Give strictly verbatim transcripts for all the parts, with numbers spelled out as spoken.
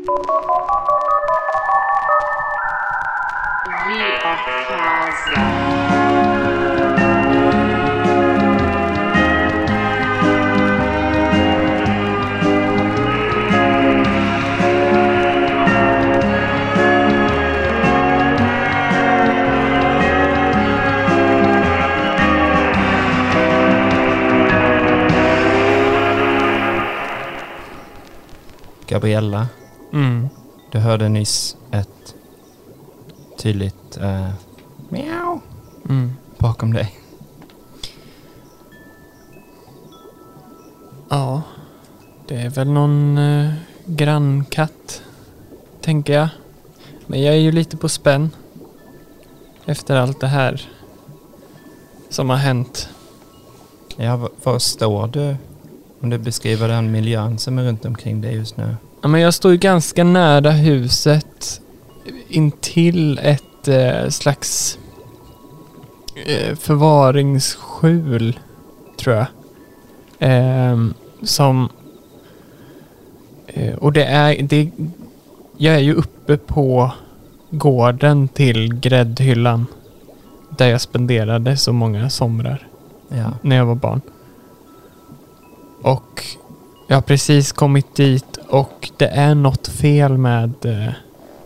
Gabriella, Mm. du hörde nyss ett tydligt uh, miau Mm. bakom dig. Ja, det är väl någon eh, grannkatt, tänker jag. Men jag är ju lite på spänn efter allt det här som har hänt. Ja, v- var står du om du beskriver den miljön som är runt omkring dig just nu? Ja, men jag står ju ganska nära huset intill ett eh, slags eh, förvaringsskjul, tror jag. Eh, som eh, och det är det, jag är ju uppe på gården till gräddhyllan där jag spenderade så många somrar Ja. när jag var barn. Och jag har precis kommit dit och det är något fel med eh,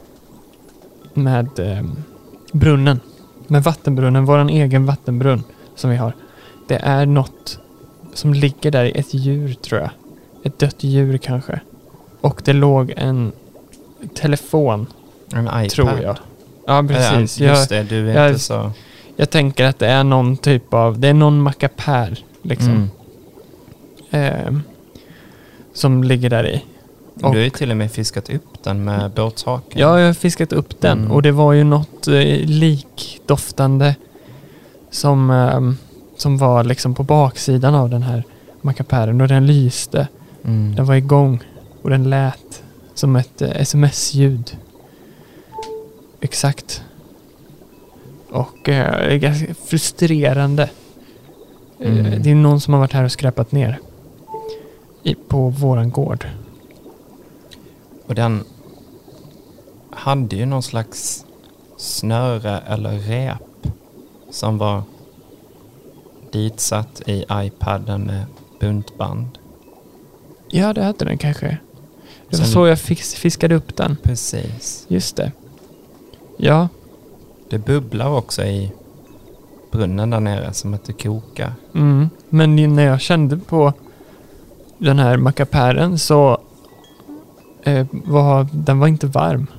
med eh, brunnen. Med vattenbrunnen, våran egen vattenbrunn som vi har. Det är något som ligger där i ett djur, tror jag. Ett dött djur kanske. Och det låg en telefon, En iPad. tror jag. Ja, precis. Ja, just jag, det, du är jag- inte så... jag tänker att det är någon typ av, det är någon mackapär liksom. Mm. Eh, som ligger där i. Och- Du har ju till och med fiskat upp den med båtshaken. Ja, jag har fiskat upp den Mm. och det var ju något eh, likdoftande som, eh, som var liksom på baksidan av den här mackapären och den lyste. Mm. Den var igång och den lät som ett eh, sms-ljud. Exakt. Och eh, det är ganska frustrerande. Eh, Mm. Det är någon som har varit här och skräpat ner i, på våran gård. Och den hade ju någon slags snöre eller rep som var ditsatt i iPaden med buntband. Ja, det hade den kanske. Det var Sen- så jag fix, fiskade upp den. Precis. Just det. Ja. Det bubblar också i brunnen där nere som att det kokar. Mm. Men när jag kände på den här mackapären så eh, var den var inte varm.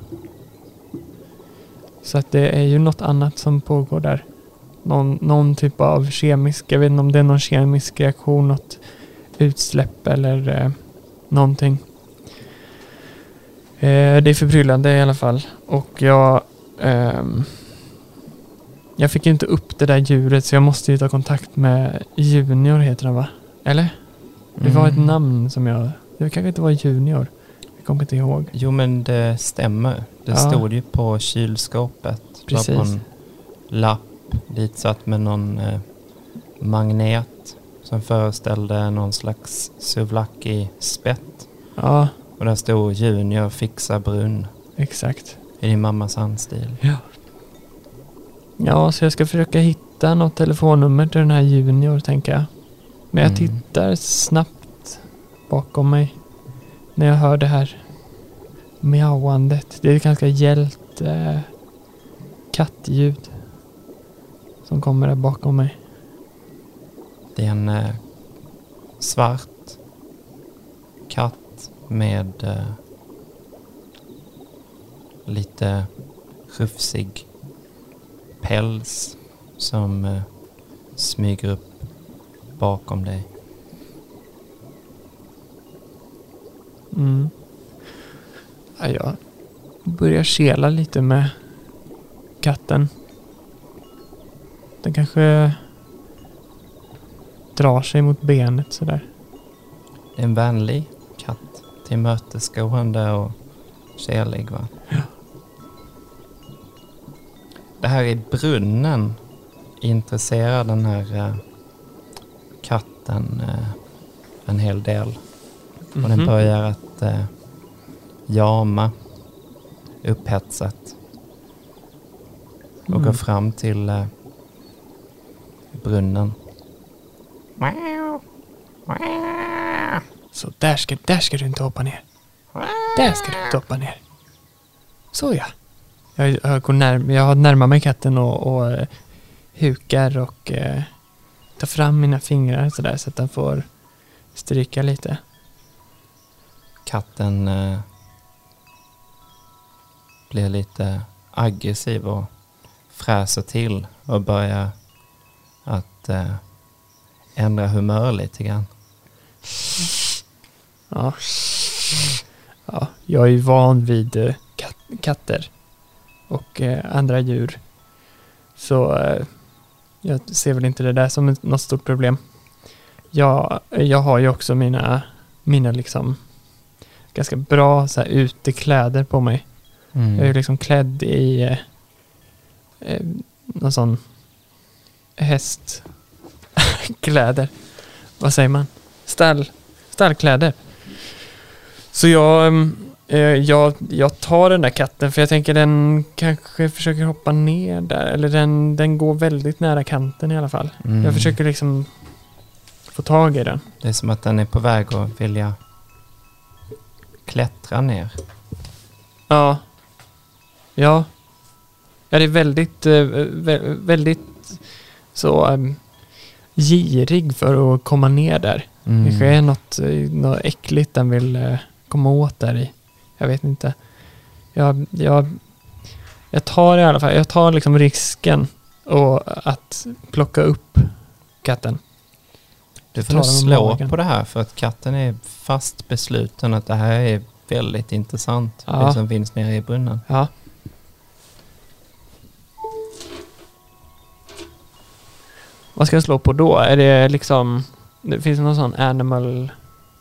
Så att det är ju något annat som pågår där. Någon, någon typ av kemisk, jag vet inte om det är någon kemisk reaktion, något utsläpp eller eh, någonting. Eh, det är förbryllande i alla fall. Och jag ehm, jag fick ju inte upp det där djuret så jag måste ju ta kontakt med Junior, heter han, va? Eller? Det var ett Mm. namn som jag... Det kanske inte var Junior. Jag kommer inte ihåg. Jo, men det stämmer. Det Ja. stod ju på kylskåpet. Det var Precis. på en lapp ditsatt med någon eh, magnet som föreställde någon slags souvlaki-spett. Ja, Och där stod Junior fixa brunn exakt. i din mammas handstil. Ja. Ja, så jag ska försöka hitta något telefonnummer till den här Junior, tänker jag. Men jag Mm. tittar snabbt bakom mig när jag hör det här miauandet. Det är ett ganska gällt eh, kattljud som kommer där bakom mig. Det är en eh, svart katt med eh, lite rufsig päls som eh, smyger upp bakom dig. Mm. Ja, jag börjar kela lite med katten. Den kanske drar sig mot benet sådär. Det är en vänlig katt, tillmötesgående och kärlig, va? Ja. Det här i brunnen intresserar den här eh, katten eh, en hel del. Och den Mhm. börjar att eh, jama upphetsat och Mm. går fram till eh, brunnen. Så där ska, där ska du inte hoppa ner. Där ska du inte hoppa ner. Så ja. Jag, jag, går när, jag närmar mig katten och, och eh, hukar och eh, tar fram mina fingrar så där så att den får stryka lite. Katten eh, blir lite aggressiv och fräser till och börjar att eh, ändra humör lite grann. Ja. Ja, jag är ju van vid eh, kat, katter och eh, andra djur. Så eh, jag ser väl inte det där som ett, något stort problem. Jag, jag har ju också mina, mina liksom ganska bra så här, utekläder på mig. Mm. Jag är ju liksom klädd i eh, eh, någon sån hästkläder. Vad säger man? Stall, stallkläder. Så jag, eh, jag, jag tar den där katten för jag tänker den kanske försöker hoppa ner där. Eller den, den går väldigt nära kanten i alla fall. Mm. Jag försöker liksom få tag i den. Det är som att den är på väg att vilja klättra ner. Ja. Ja. Ja, det är väldigt, eh, vä- väldigt så um, girig för att komma ner där. Mm. Kanske är något, eh, något äckligt den vill eh, komma åt där i. Jag vet inte. Jag, jag, jag tar i alla fall, jag tar liksom risken och att plocka upp katten. Du får Ta nog den med slå magen. på det här för att katten är fast besluten att det här är väldigt intressant. Ja. Det som finns nere i brunnen. Ja. Vad ska jag slå på då? Är det liksom... Det finns någon sån animal...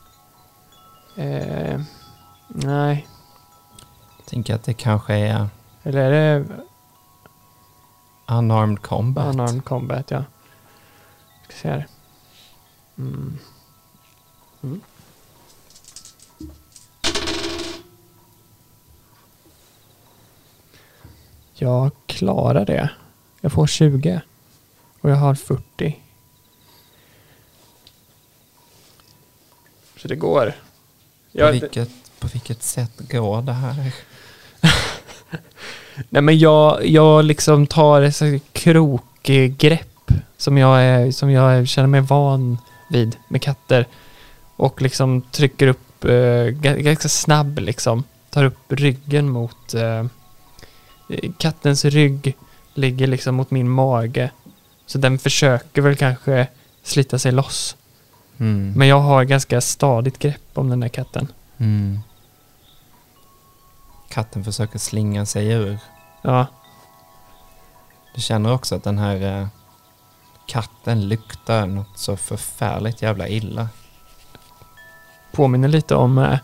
Eh, nej. Jag tänker att det kanske är Eller är det unarmed combat. unarmed combat, ja. Ska se här. Mm. Mm. Jag klarar det. Jag får tjugo. Och jag har fyrtio. Så det går. På, Jag, vilket, på vilket sätt går det här? nej men jag, jag liksom tar ett sånt krokgrepp som jag, är, som jag känner mig van vid med katter. Och liksom trycker upp eh, g- ganska snabb liksom. Tar upp ryggen mot... Eh, kattens rygg ligger liksom mot min mage. Så den försöker väl kanske slita sig loss. Mm. Men jag har ganska stadigt grepp om den där katten. Mm. Katten försöker slinga sig ur. Ja, Du känner också att den här eh, katten luktar något så förfärligt jävla illa. påminner lite om eh,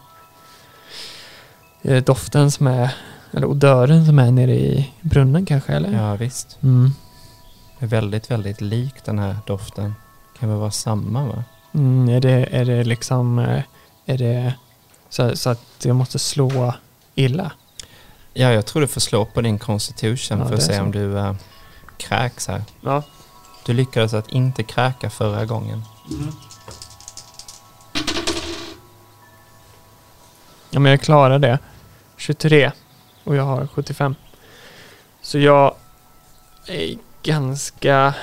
eh, doften som är, eller odören som är nere i brunnen kanske, eller? Ja visst. Mm. Det är väldigt, väldigt lik den här doften. Kan väl vara samma va? Mm, är, det, är det liksom, eh, är det så, så att jag måste slå illa? Ja, jag tror du får slå på din constitution Ja, för att det är se så. om du äh, kräks här. Ja. Du lyckades att inte kräka förra gången. Ja, men jag klarar det. tjugotre. Och jag har sjuttiofem. Så jag är ganska...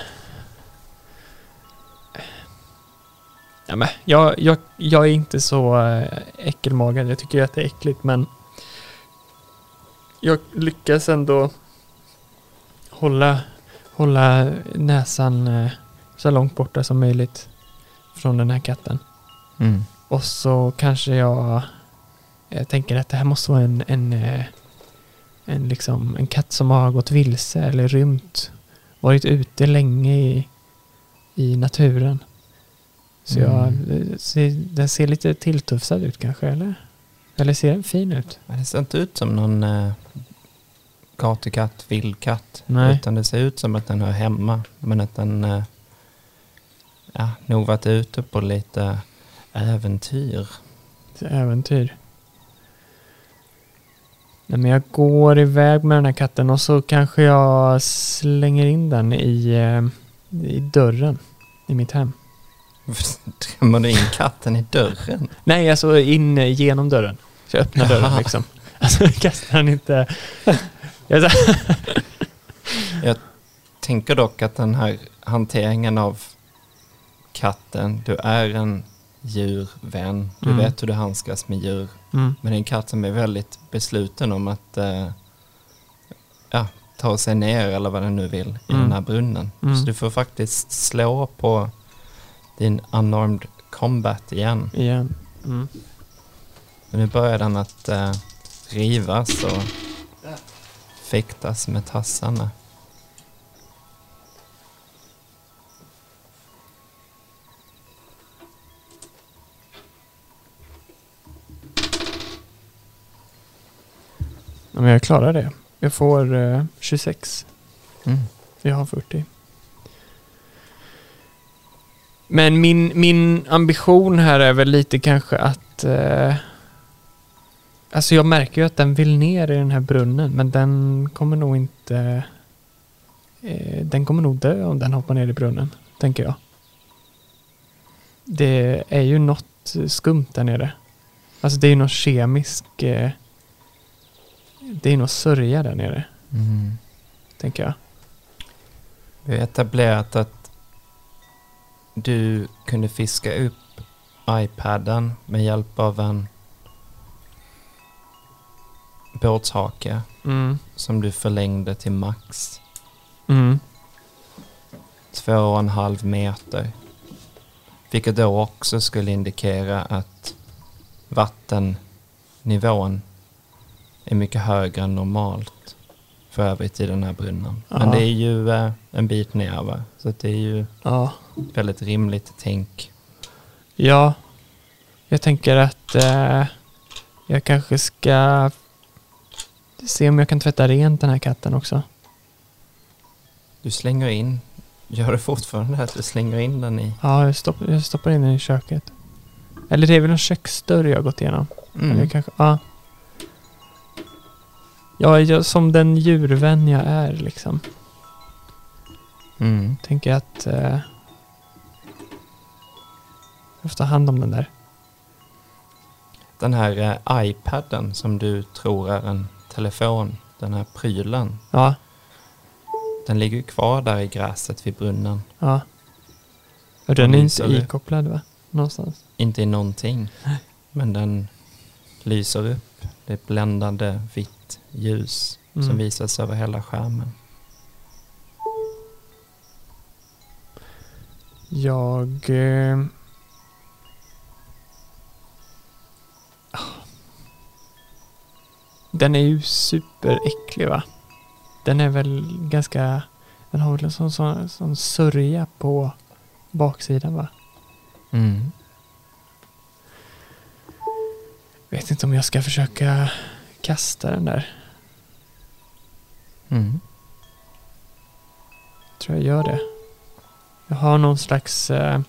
Ja, men jag, jag, jag är inte så äh, äckelmagad. Jag tycker att det är äckligt, men jag lyckas ändå hålla, hålla näsan äh, så långt borta som möjligt från den här katten. Mm. Och så kanske jag, jag tänker att det här måste vara en, en, eh, en, liksom, en katt som har gått vilse eller rymt. Varit ute länge i, i naturen. Så Mm. jag, eh, ser, den ser lite tilltufsad ut kanske, eller? Eller ser den fin ut? Men det ser inte ut som någon äh, gatukatt, vildkatt. Nej. Utan det ser ut som att den hör hemma. Men att den äh, ja, nog varit ute på lite äventyr. Ett äventyr. Nej, men jag går iväg med den här katten och så kanske jag slänger in den i, eh, i dörren i mitt hem. Drämmer du in katten i dörren? Nej, alltså in genom dörren. Så jag öppnar dörren liksom. Alltså kastar han inte... jag, jag tänker dock att den här hanteringen av katten, du är en djurvän. Du Mm. vet hur du handskas med djur. mm. Men det är en katt som är väldigt besluten om att eh, ja, ta sig ner eller vad den nu vill i Mm. den här brunnen. Mm. Så du får faktiskt slå på din unarmed combat igen. Igen. Mm. Men nu börjar den att eh, rivas och fäktas med tassarna. Ja, men jag klarar det. Jag får eh, tjugosex. Mm. Jag har fyrtio. Men min, min ambition här är väl lite kanske att... Eh, alltså jag märker ju att den vill ner i den här brunnen. Men den kommer nog inte... Eh, den kommer nog dö om den hoppar ner i brunnen. Tänker jag. Det är ju något skumt där nere. Alltså det är ju något kemisk... Eh, det är något sörja där nere. Mm. Tänker jag. Vi har etablerat att du kunde fiska upp iPaden med hjälp av en båtshake Mm. som du förlängde till max. Mm. Två och en halv meter. Vilket då också skulle indikera att vattennivån är mycket högre än normalt för övrigt i den här brunnen. Ja. Men det är ju eh, en bit ner, va? Så att det är ju Ja. väldigt rimligt tänk. Ja. Jag tänker att eh, jag kanske ska se om jag kan tvätta rent den här katten också. Du slänger in, gör det fortfarande att du slänger in den i... Ja, jag, stopp, jag stoppar in den i köket. Eller det är väl en köksdörr jag har gått igenom. Mm. Eller kanske, ja. Ja, jag, som den djurvän jag är liksom. Mm. Tänker jag att eh, jag får ta hand om den där. Den här eh, iPaden som du tror är en telefon, den här prylen, Ja, den ligger ju kvar där i gräset vid brunnen. ja. Och den är lyser inte det. ikopplad, va? Någonstans. Inte i någonting. Men den lyser upp. Det är bländande vitt ljus Mm. som visas över hela skärmen. Jag... Eh, den är ju superäcklig, va? Den är väl ganska... Den har väl en sån, sån, sån sörja på baksidan, va? Mm. Vet inte om jag ska försöka kasta den där. Mm. Tror jag gör det. Jag har någon slags... Eh,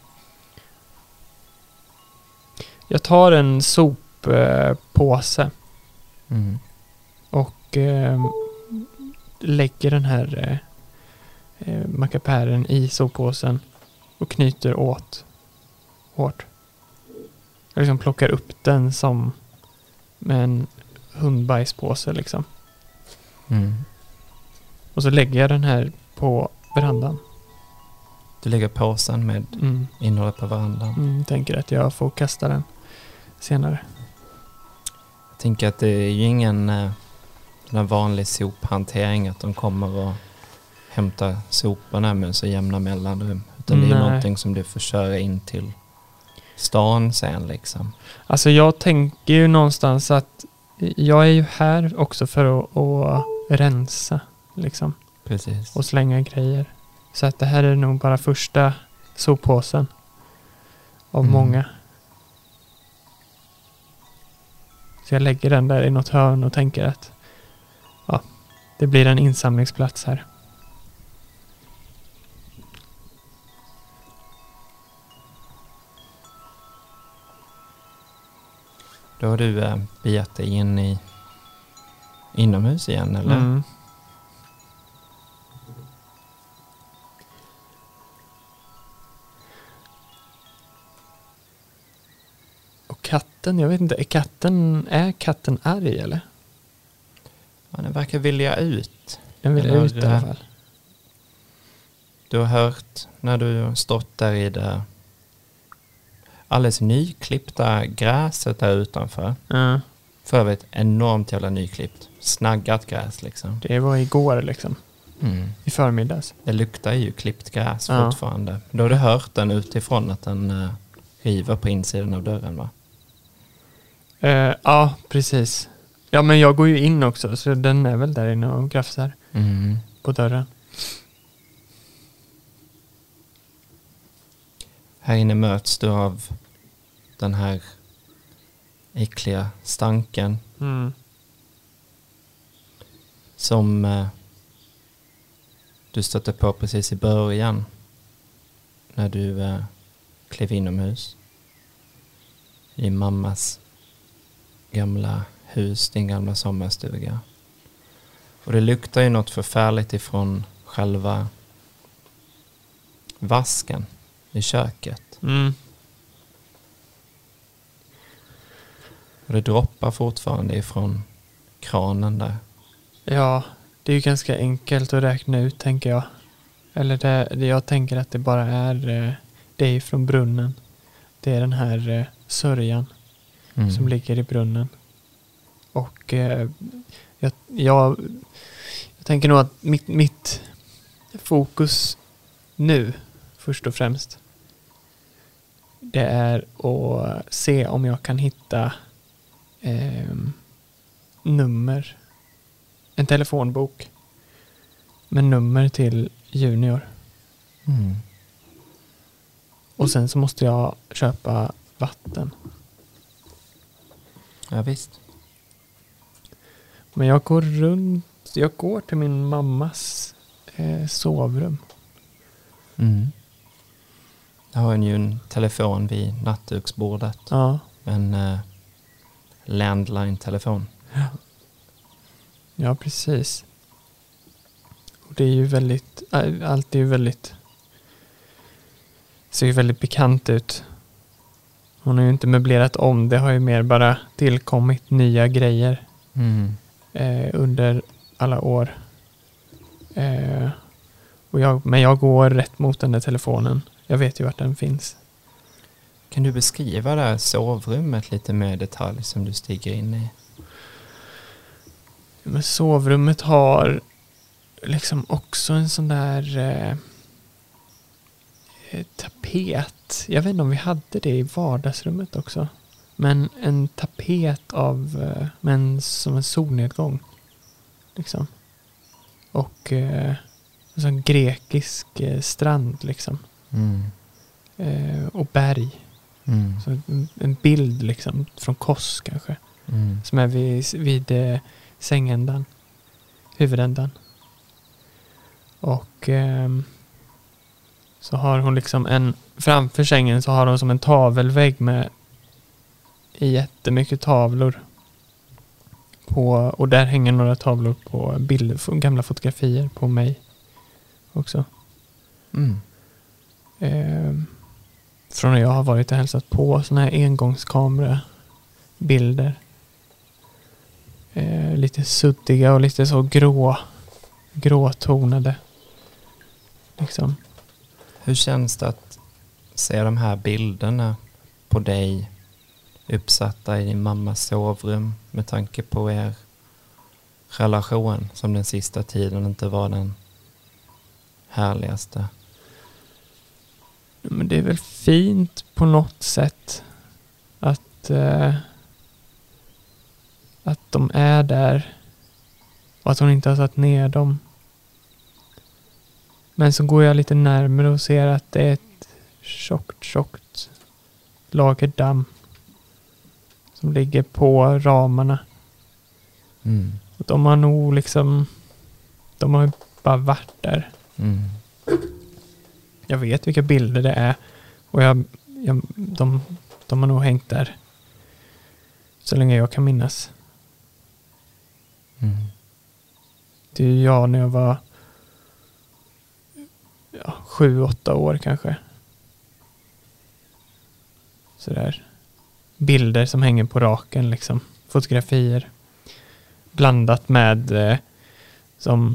jag tar en soppåse. Eh, Mm. och eh, lägger den här eh, eh, mackapären i soppåsen och knyter åt hårt. Jag liksom plockar upp den som med en hundbajspåse liksom. Mm. Och så lägger jag den här på verandan. Du lägger påsen med Mm. innehållet på verandan. Mm, tänker att jag får kasta den senare. Jag tänker att det är ju ingen eh, den vanlig sophantering att de kommer och hämtar soporna med så jämna mellanrum. Utan det är ju Nej. någonting som du får köra in till stan sen liksom. Alltså jag tänker ju någonstans att jag är ju här också för att, att rensa liksom. Precis. Och slänga grejer. Så att det här är nog bara första soppåsen av Mm. många. Så jag lägger den där i något hörn och tänker att ja, det blir en insamlingsplats här. Då har du äh, begett dig in i inomhus igen, eller? Mm. Och katten, jag vet inte, är katten, är katten arg eller? Ja, den verkar vilja ut. Den vill Eller, ut i alla fall. Du har hört när du har stått där i det alldeles nyklippta gräset där utanför. Ja, För övrigt enormt jävla nyklippt. Snaggat gräs liksom. det var igår liksom. Mm. I förmiddags. Det luktar ju klippt gräs Ja. fortfarande. Då har du hört den utifrån att den uh, river på insidan av dörren, va? Eh, ja, precis. Ja, men jag går ju in också, så den är väl där inne och grafsar Mm. på dörren. Här inne möts du av den här äckliga stanken Mm. som uh, du stötte på precis i början när du uh, klev inomhus i mammas gamla hus, din gamla sommarstuga. Och det luktar ju något förfärligt ifrån själva vasken i köket. Mm. Och det droppar fortfarande ifrån kranen där. Ja, det är ju ganska enkelt att räkna ut, tänker jag. Eller det, det jag tänker att det bara är eh, det är från brunnen. Det är den här eh, sörjan Mm. som ligger i brunnen. Och eh, jag, jag, jag tänker nog att mitt, mitt fokus nu, först och främst, det är att se om jag kan hitta eh, nummer, en telefonbok med nummer till Junior. Mm. Och sen så måste jag köpa vatten. Ja, visst. Men jag går runt, jag går till min mammas eh, sovrum. Mm. Där har hon ju en telefon vid nattduksbordet. Ja. En uh, landline-telefon. Ja, precis. Och det är ju väldigt, äh, allt är ju väldigt, ser ju väldigt bekant ut. Hon har ju inte möblerat om, det har ju mer bara tillkommit nya grejer Mm. eh, under alla år. Eh, och jag, men jag går rätt mot den där telefonen. Jag vet ju vart den finns. Kan du beskriva det här sovrummet lite mer i detalj som du stiger in i? Men sovrummet har liksom också en sån där eh, tapet. Jag vet inte om vi hade det i vardagsrummet också. Men en tapet av, eh, men som en solnedgång. Liksom. Och eh, en sån grekisk eh, strand liksom. Mm. Eh, och berg. Mm. Så en, en bild liksom från Kos kanske. Mm. Som är vid, vid eh, sängändan. Huvudändan. Och ehm, så har hon liksom en, framför sängen så har hon som en tavelvägg med jättemycket tavlor. På, och där hänger några tavlor på bilder, gamla fotografier på mig också. Mm. Ehm, från när jag har varit och hälsat på såna här engångskamera bilder. Eh, lite suddiga och lite så grå gråtonade. Liksom. Hur känns det att se de här bilderna på dig uppsatta i din mammas sovrum med tanke på er relation som den sista tiden inte var den härligaste? Men det är väl fint på något sätt att eh, att de är där och att hon inte har satt ner dem. Men så går jag lite närmare och ser att det är ett tjockt, tjockt lager damm som ligger på ramarna. Mm. Och de har nog liksom, de har bara varit där. Mm. Jag vet vilka bilder det är och jag, jag, de, de har nog hängt där så länge jag kan minnas. Mm. Det är ju jag när jag var ja, sju, åtta år kanske. Sådär. Bilder som hänger på raken liksom. Fotografier. Blandat med eh, som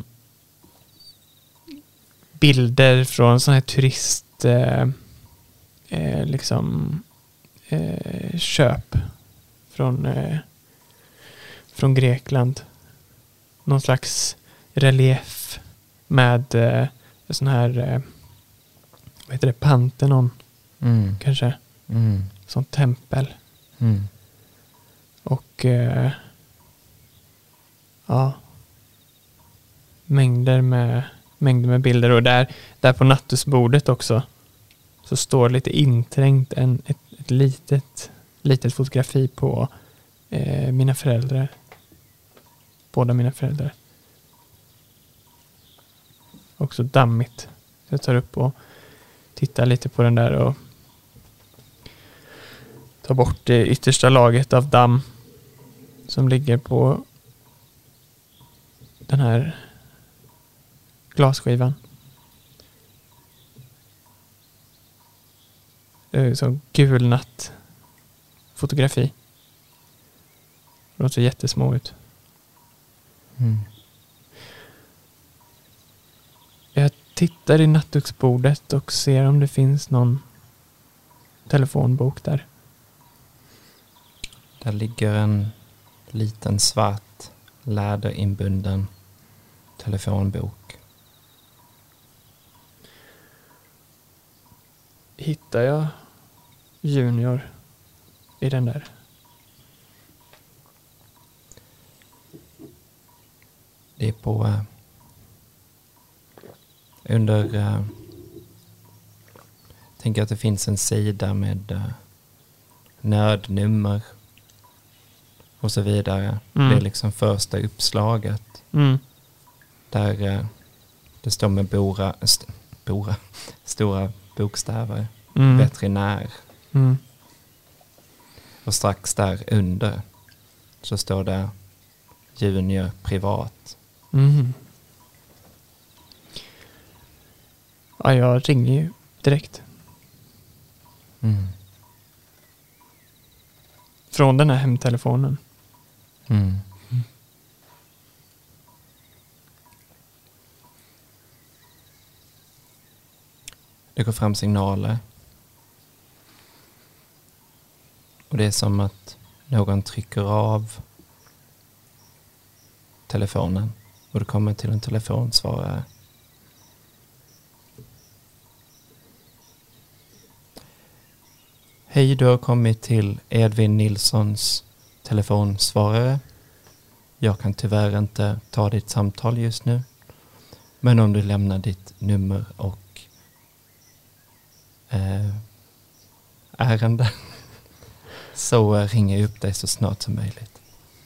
bilder från sån här turist eh, eh, liksom eh, köp från eh, från Grekland. Någon slags relief med eh, sån här eh, vad heter det? Pantheon Mm. kanske. Mm. Som tempel. Mm. Och eh, ja mängder med mängder med bilder och där, där på nattusbordet också så står lite inträngt en, ett, ett litet litet fotografi på eh, mina föräldrar. Båda mina föräldrar. Också dammigt. Jag tar upp och tittar lite på den där och tar bort det yttersta laget av damm som ligger på den här glasskivan. Det är så gulnatt fotografi. Det låter jättesmå ut. Mm. Jag tittar i nattduksbordet och ser om det finns någon telefonbok där. Där ligger en liten svart läderinbunden telefonbok. Hittar jag Junior i den där? Det är på uh, under uh, tänker att det finns en sida med uh, nödnummer och så vidare. Mm. Det är liksom första uppslaget. Mm. Där uh, det står med bora, st- bora, stora bokstäver. Mm. Veterinär. Mm. Och strax där under så står det Junior privat. Mm. Ja, jag ringer ju direkt. Mm. Från den här hemtelefonen. Mm. Det går fram signaler. Och det är som att någon trycker av telefonen. Och det kommer till en telefonsvarare. Hej, du har kommit till Edvin Nilssons telefonsvarare. Jag kan tyvärr inte ta ditt samtal just nu. Men om du lämnar ditt nummer och eh, ärende så eh, ringer jag upp dig så snart som möjligt.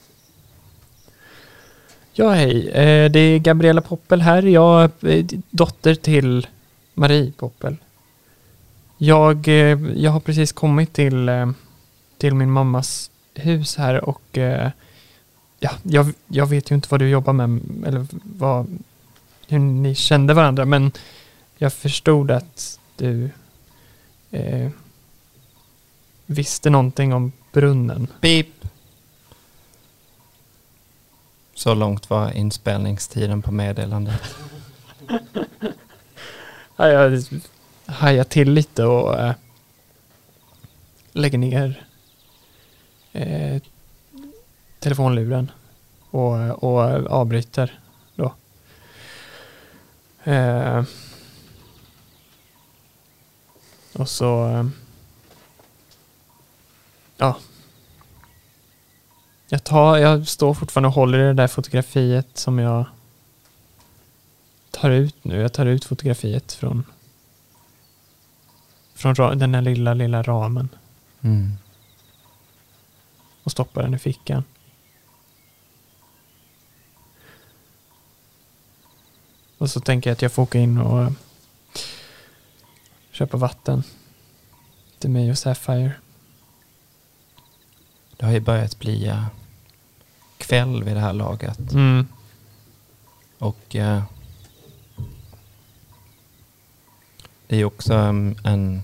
Ja, hej. Eh, det är Gabriella Poppel här. Jag är dotter till Marie Poppel. Jag, eh, jag har precis kommit till, eh, till min mammas hus här och eh, ja, jag, jag vet ju inte vad du jobbar med eller vad, hur ni kände varandra, men jag förstod att du eh, visste någonting om brunnen. Beep! Så långt var inspelningstiden på meddelandet. Ja, jag hajar till lite och äh, lägger ner äh, telefonluren och, och avbryter då. Äh, och så äh, ja. Jag, tar, jag står fortfarande och håller i det där fotografiet som jag tar ut nu. Jag tar ut fotografiet från från ra- den här lilla, lilla ramen. Mm. Och stoppar den i fickan. Och så tänker jag att jag får åka in och uh, köpa vatten till mig och Sapphire. Det har ju börjat bli uh, kväll vid det här laget. Mm. Och eh, det är också en, en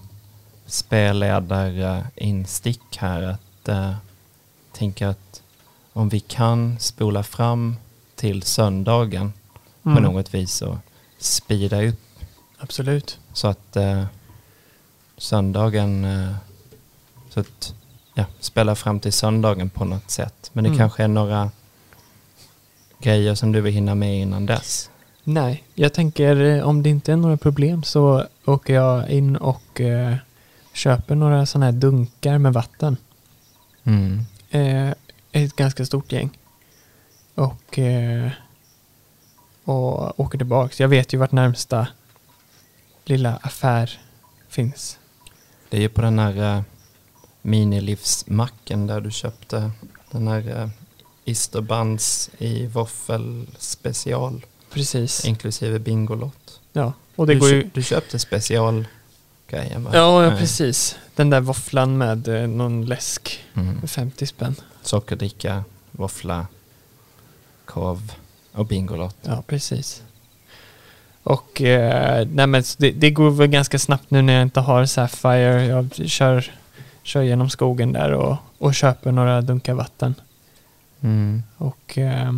spelledarinstick här att eh, tänka att om vi kan spola fram till söndagen Mm. på något vis och speeda upp Absolut. så att eh, söndagen eh, så att ja, spela fram till söndagen på något sätt. Men det Mm. kanske är några grejer som du vill hinna med innan dess. Nej, jag tänker eh, om det inte är några problem så åker jag in och eh, köper några sådana här dunkar med vatten. Mm. Eh, ett ganska stort gäng. Och, eh, och åker tillbaks. Jag vet ju vart närmsta lilla affär finns. Det är ju på den här uh, minilivsmacken där du köpte den här uh, Isterbands i våffel special Precis. inklusive Bingolott. Ja, och det du, går ju... köp, du köpte specialgrejen, va? Ja, ja, Nej. precis. Den där våfflan med eh, någon läsk. Mm. femtio spänn. Sockerdricka, våffla, korv och Bingolott. Ja, precis. Och eh, nej, men det, det går väl ganska snabbt nu när jag inte har Sapphire. Jag kör, kör genom skogen där och, och köper några dunkar vatten. Mm. Och, eh,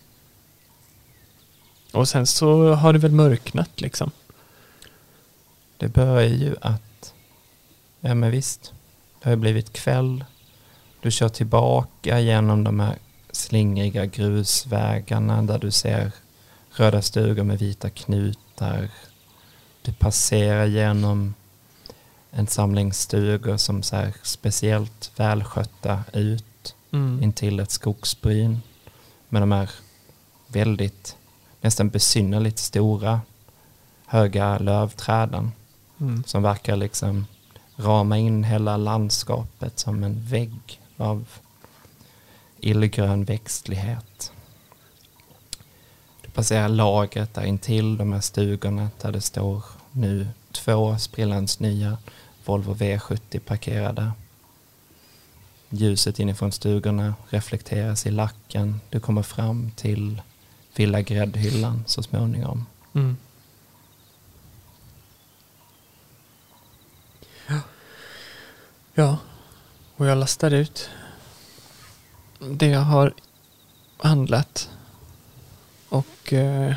och sen så har det väl mörknat liksom. Det börjar ju att, ja men visst, det har blivit kväll. Du kör tillbaka genom de här slingriga grusvägarna där du ser röda stugor med vita knutar. Du passerar genom en samling stugor som ser speciellt välskötta ut Mm. intill ett skogsbryn med de här väldigt nästan besynnerligt stora höga lövträden Mm. som verkar liksom rama in hela landskapet som en vägg av illgrön växtlighet. Du passerar lagret där intill de här stugorna där det står nu två sprillans nya Volvo V sjuttio parkerade. Ljuset inifrån stugorna reflekteras i lacken. Du kommer fram till Villa Gräddhyllan så småningom. Mm. Ja, och jag lastar ut det jag har handlat. Och eh,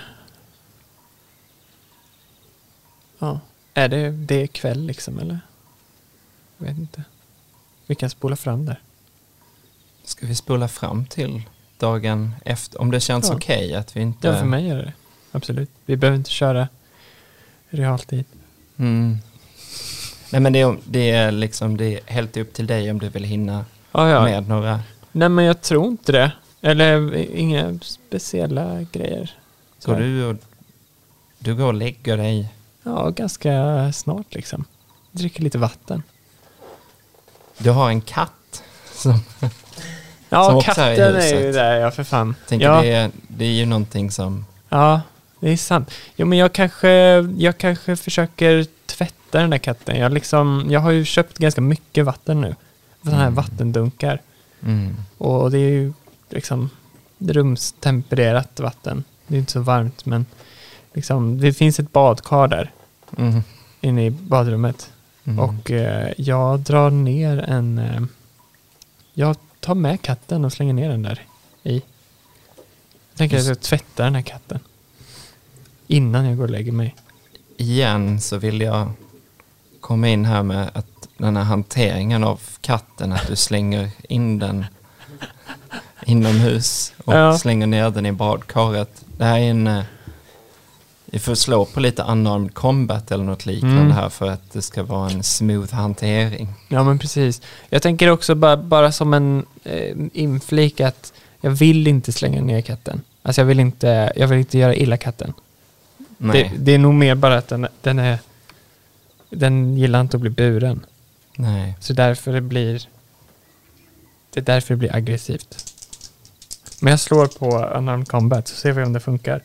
ja, är det, det är kväll liksom eller? Jag vet inte. Vi kan spola fram där. Ska vi spola fram till dagen efter? Om det känns Ja. okej att vi inte... Ja, för mig är det absolut. Vi behöver inte köra realtid. Mm. Nej, men det är, det är liksom det är helt upp till dig om du vill hinna Ja, ja. med några... Nej, men jag tror inte det. Eller inga speciella grejer. Så Går här. du och du går och lägger dig? Ja, ganska snart liksom. Dricker lite vatten. Du har en katt som... Ja, Som också är i katten är, ju huset. där, ja för fan. tänker Ja, det, är, det är ju någonting som... ja, det är sant. Jo, men jag kanske, jag kanske försöker tvätta den där katten. Jag, liksom, jag har ju köpt ganska mycket vatten nu. Sådana här Mm. vattendunkar. Mm. Och det är ju liksom rumstempererat vatten. Det är inte så varmt, men liksom, det finns ett badkar där Mm. inne i badrummet. Mm. Och eh, jag drar ner en... Eh, jag tar med katten och slänger ner den där i. Jag tänker att jag ska tvätta den här katten. Innan jag går och lägger mig. Igen så vill jag komma in här med att den här hanteringen av katten, att du slänger in den inomhus och Ja. slänger ner den i badkaret. Det här är en... eh, Vi får slå på lite unarmed combat eller något liknande Mm. här för att det ska vara en smooth hantering. Ja, men precis. Jag tänker också bara, bara som en eh, inflik att jag vill inte slänga ner katten. Alltså jag vill inte, jag vill inte göra illa katten. Nej, Det, det är nog mer bara att den, den är... Den gillar inte att bli buren. nej. Så därför det blir... Det är därför det blir aggressivt. Men jag slår på unarmed combat så ser vi om det funkar.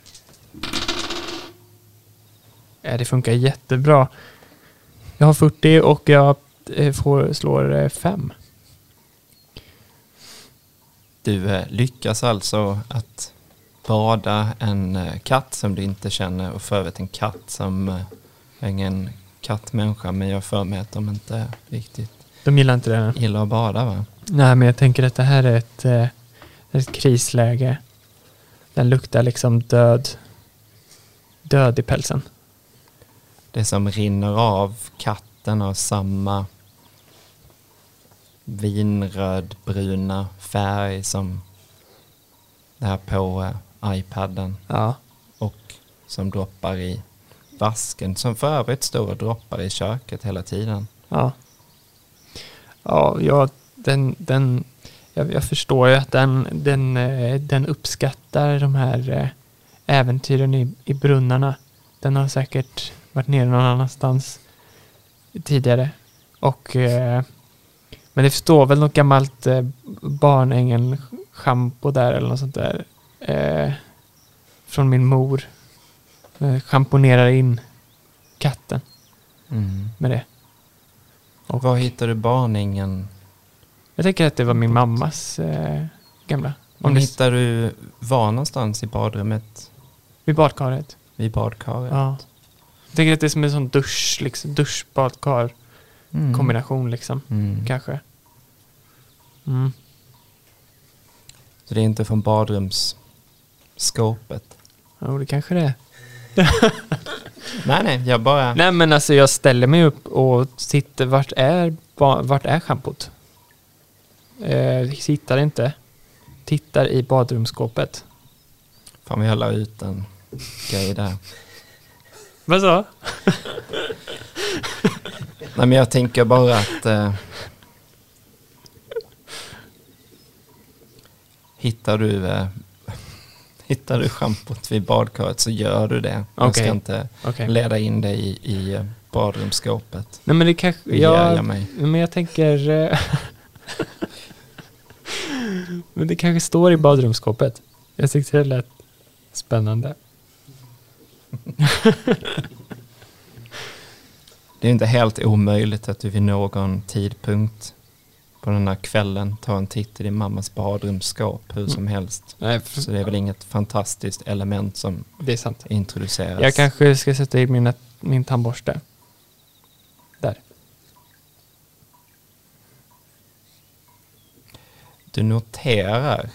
Ja, det funkar jättebra. Jag har fyrtio och jag eh, får, slår eh, fem. Du eh, lyckas alltså att bada en eh, katt som du inte känner, och för övrigt en katt som eh, är ingen kattmänniska, men jag för mig att de inte riktigt De gillar inte det. gillar att bada, va? Nej, men jag tänker att det här är ett, eh, ett krisläge. Den luktar liksom död. Död i pälsen. Det som rinner av katten har samma vinrödbruna färg som det här på eh, iPaden, Ja. och som droppar i vasken, som för övrigt står och droppar i köket hela tiden. Ja. Ja, jag, den, den, jag, jag förstår ju att den, den, eh, den uppskattar de här eh, äventyren i, i brunnarna. Den har säkert varit nere någon annanstans tidigare. Och, eh, men det står väl något gammalt eh, barnängen-schampo där eller något sånt där. Eh, från min mor. Eh, schamponerar in katten Mm. med det. Och var hittar du barnängen? Jag tänker att det var min mammas eh, gamla. Om det- hittar du var någonstans i badrummet Vid badkaret. vid badkaret? Ja. Jag tänker att det är som en sån dusch, liksom, dusch-badkar Mm. kombination liksom. Mm. Kanske. Mm. Så det är inte från badrumsskåpet? Jo, det kanske det är. Nej, nej, jag bara... Nej, men alltså jag ställer mig upp och sitter, vart är, ba- vart är schampot? Eh, hittar inte. Tittar i badrumsskåpet. Fan, vi håller ut en grej där. Vad så? Nej, men jag tänker bara att... Eh, hittar du... Eh, hittar du schampot vid badkaret så gör du det. Jag Okej. ska inte Okej. leda in dig i, i eh, badrumsskåpet. Nej, men det kanske... Det gör Jag, jag mig. men jag tänker... eh, men det kanske står i badrumsskåpet. Jag tyckte det lät spännande. Det är inte helt omöjligt att du vid någon tidpunkt på den här kvällen tar en titt i din mammas badrumsskåp hur som helst. Nej, Så det är väl inget fantastiskt element som det är sant. introduceras. Jag kanske ska sätta i mina, min tandborste. Där. Du noterar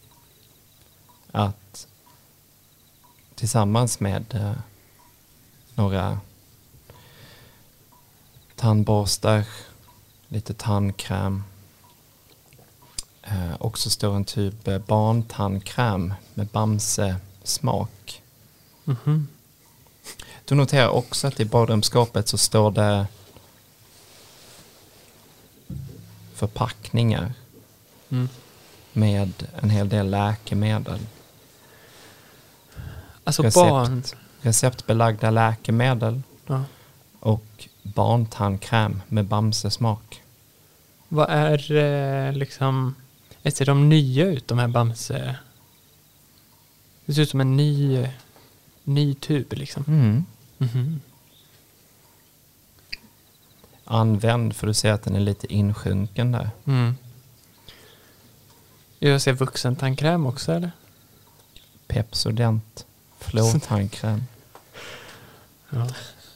att tillsammans med eh, några tandborstar, lite tandkräm, eh, också står en typ eh, barntandkräm med Bamse-smak. Mhm. Du noterar också att i badrumsskåpet så står det förpackningar Mm. med en hel del läkemedel. Alltså Recept. barn. Receptbelagda läkemedel Ja. och barntandkräm med Bamse-smak. Vad är eh, liksom... Ser de nya ut, de här Bamse? Det ser ut som en ny, ny tub liksom. Mm. Mhm. Använd för du ser att den är lite insjunken där. Mm. Jag ser vuxentandkräm också, eller? Pepsodent flårtandkräm. Ja.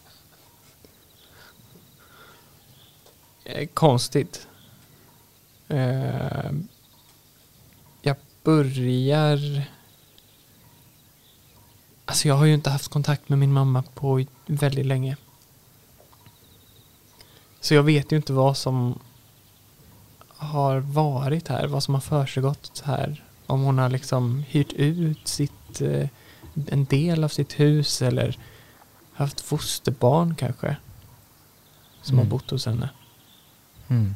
Eh, konstigt. Eh, jag börjar... Alltså jag har ju inte haft kontakt med min mamma på väldigt länge. Så jag vet ju inte vad som har varit här. Vad som har försiggått här. Om hon har liksom hyrt ut sitt, eh, en del av sitt hus eller haft fosterbarn kanske. Som Mm. har bott hos henne. Mm.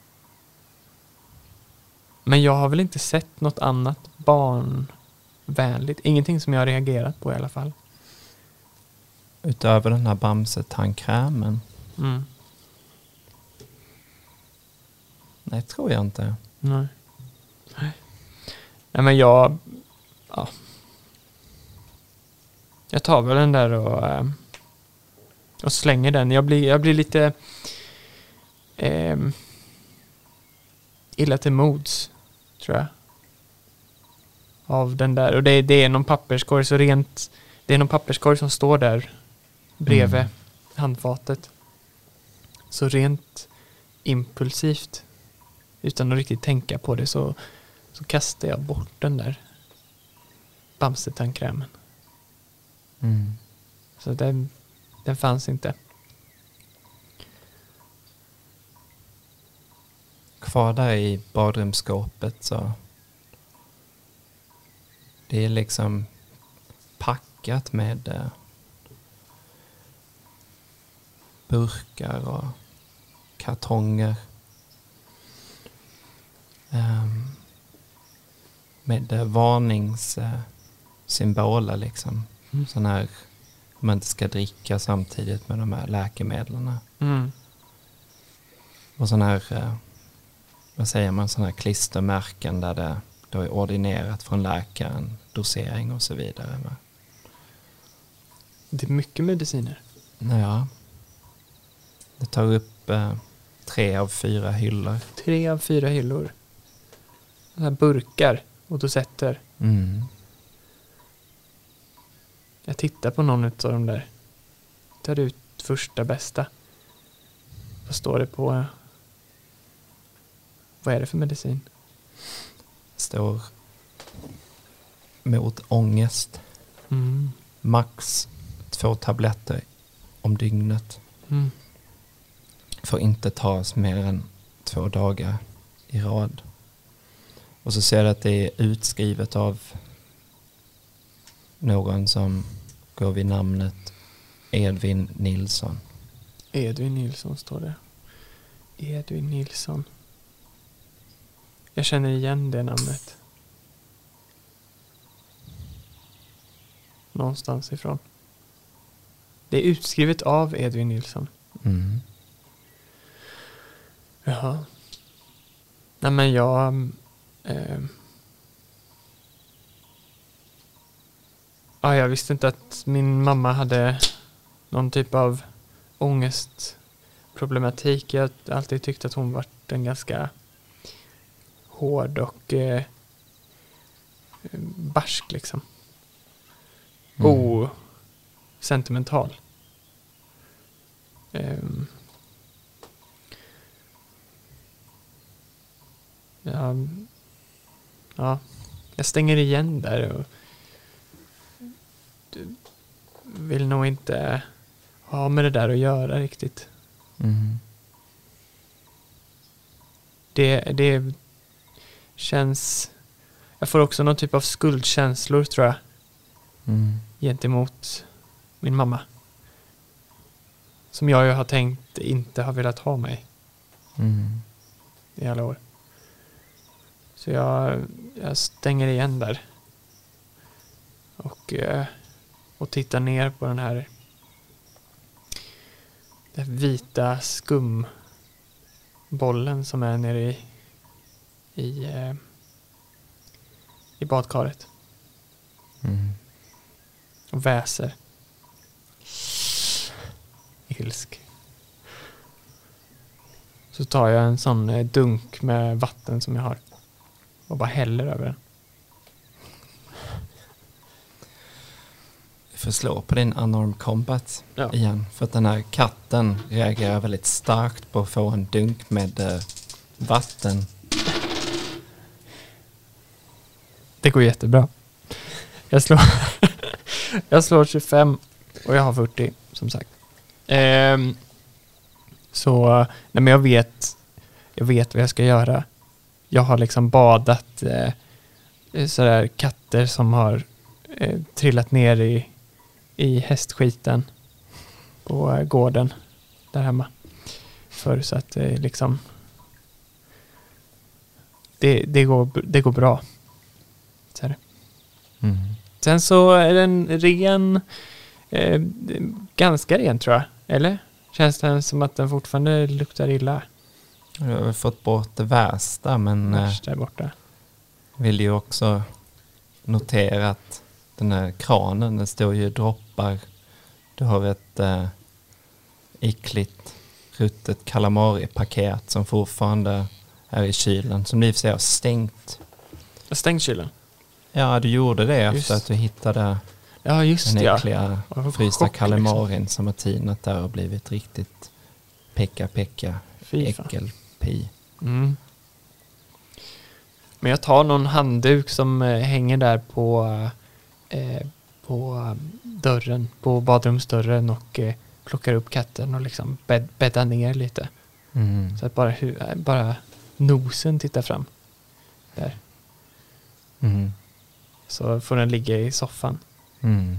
Men jag har väl inte sett något annat barnvänligt. Ingenting som jag har reagerat på i alla fall. Utöver den här Bamse-tandkrämen. Mm. Nej, tror jag inte. Nej. Nej. Nej, men jag... Ja. Jag tar väl den där och, eh, och slänger den. Jag blir, jag blir lite eh, illa till mods, tror jag. av den där. Och det, det är någon papperskorg, så rent, det är någon papperskorg som står där bredvid mm. handfatet. Så rent impulsivt, utan att riktigt tänka på det, så, så kastar jag bort den där Bamse-tandkrämen. Mm. Så den, den fanns inte. Kvar där i badrumsskåpet, så det är liksom packat med eh, burkar och kartonger. Um, med eh, varningssymboler eh, liksom. Mm. Sån här man inte ska dricka samtidigt med de här läkemedlen. Mm. Och sån här, eh, vad säger man, sån här klistermärken där det då är ordinerat från läkaren, dosering och så vidare. Va? Det är mycket mediciner. Ja. Det tar upp eh, tre av fyra hyllor. Tre av fyra hyllor. Såna här burkar och dosetter. Mm. Jag tittar på någon av de där. Tar ut första bästa. Vad står det på? Eh, vad är det för medicin? Står mot ångest. Mm. Max två tabletter om dygnet. Mm. Får inte tas mer än två dagar i rad. Och så ser jag att det är utskrivet av någon som går vid namnet Edvin Nilsson. Edvin Nilsson står det. Edvin Nilsson. Jag känner igen det namnet. Någonstans ifrån. Det är utskrivet av Edvin Nilsson. Mm. Jaha. Nej, men jag... Eh, ja, jag visste inte att min mamma hade någon typ av ångestproblematik. Jag har alltid tyckt att hon varit en ganska hård och eh, barsk liksom. Mm. Oh, sentimental. Um, ja, ja, jag stänger igen där och vill nog inte ha med det där att göra riktigt. Mm. Det, det känns... Jag får också någon typ av skuldkänslor, tror jag. Mm. Gentemot min mamma. Som jag ju har tänkt inte har velat ha mig. Mm. I alla år. Så jag, jag stänger igen där. Och, och tittar ner på den här den vita skumbollen som är nere i i, i badkaret. Mm. Och väser. Ilsk. Så tar jag en sån dunk med vatten som jag har. Och bara häller över den. Vi får slå på din unarmed combat ja. igen. För att den här katten reagerar väldigt starkt på att få en dunk med eh, vatten. Det går jättebra. Jag slår, jag slår tjugofem och jag har fyrtio som sagt. Ehm, så nej, men jag vet jag vet vad jag ska göra. Jag har liksom badat eh, sådär katter som har eh, trillat ner i, i hästskiten på eh, gården där hemma. För så att eh, liksom det, det, går, det går bra. Så här. Mm. Sen så är den ren eh, ganska ren, tror jag. Eller? Känns det som att den fortfarande luktar illa? Jag har väl fått bort det värsta, men Värsta är borta. vill ju också notera att den här kranen, den står ju droppar. Du har ett eh, äckligt ruttet calamari-paket som fortfarande är i kylen, som i och för sig har stängt. Jag stäng kylen. Ja, du gjorde det Just. efter att du hittade Ja, just den ja. äckliga Jag var frysta chock, kalemarin som har tinat där och blivit riktigt pecka pecka Fy fan. äckelpi. Mm. Men jag tar någon handduk som eh, hänger där på, eh, på eh, dörren, på badrumsdörren och eh, plockar upp katten och liksom bädd, bäddar ner lite. Mm. Så att bara, hu- bara nosen tittar fram. Där. Mm. Så får den ligga i soffan. Mm.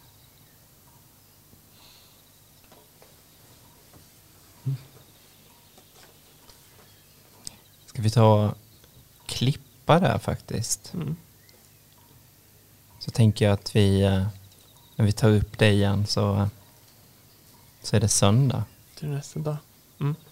Ska vi ta klippa där faktiskt? Mm. Så tänker jag att vi, eh, när vi tar upp det igen så, så är det söndag. Till nästa dag. Mm.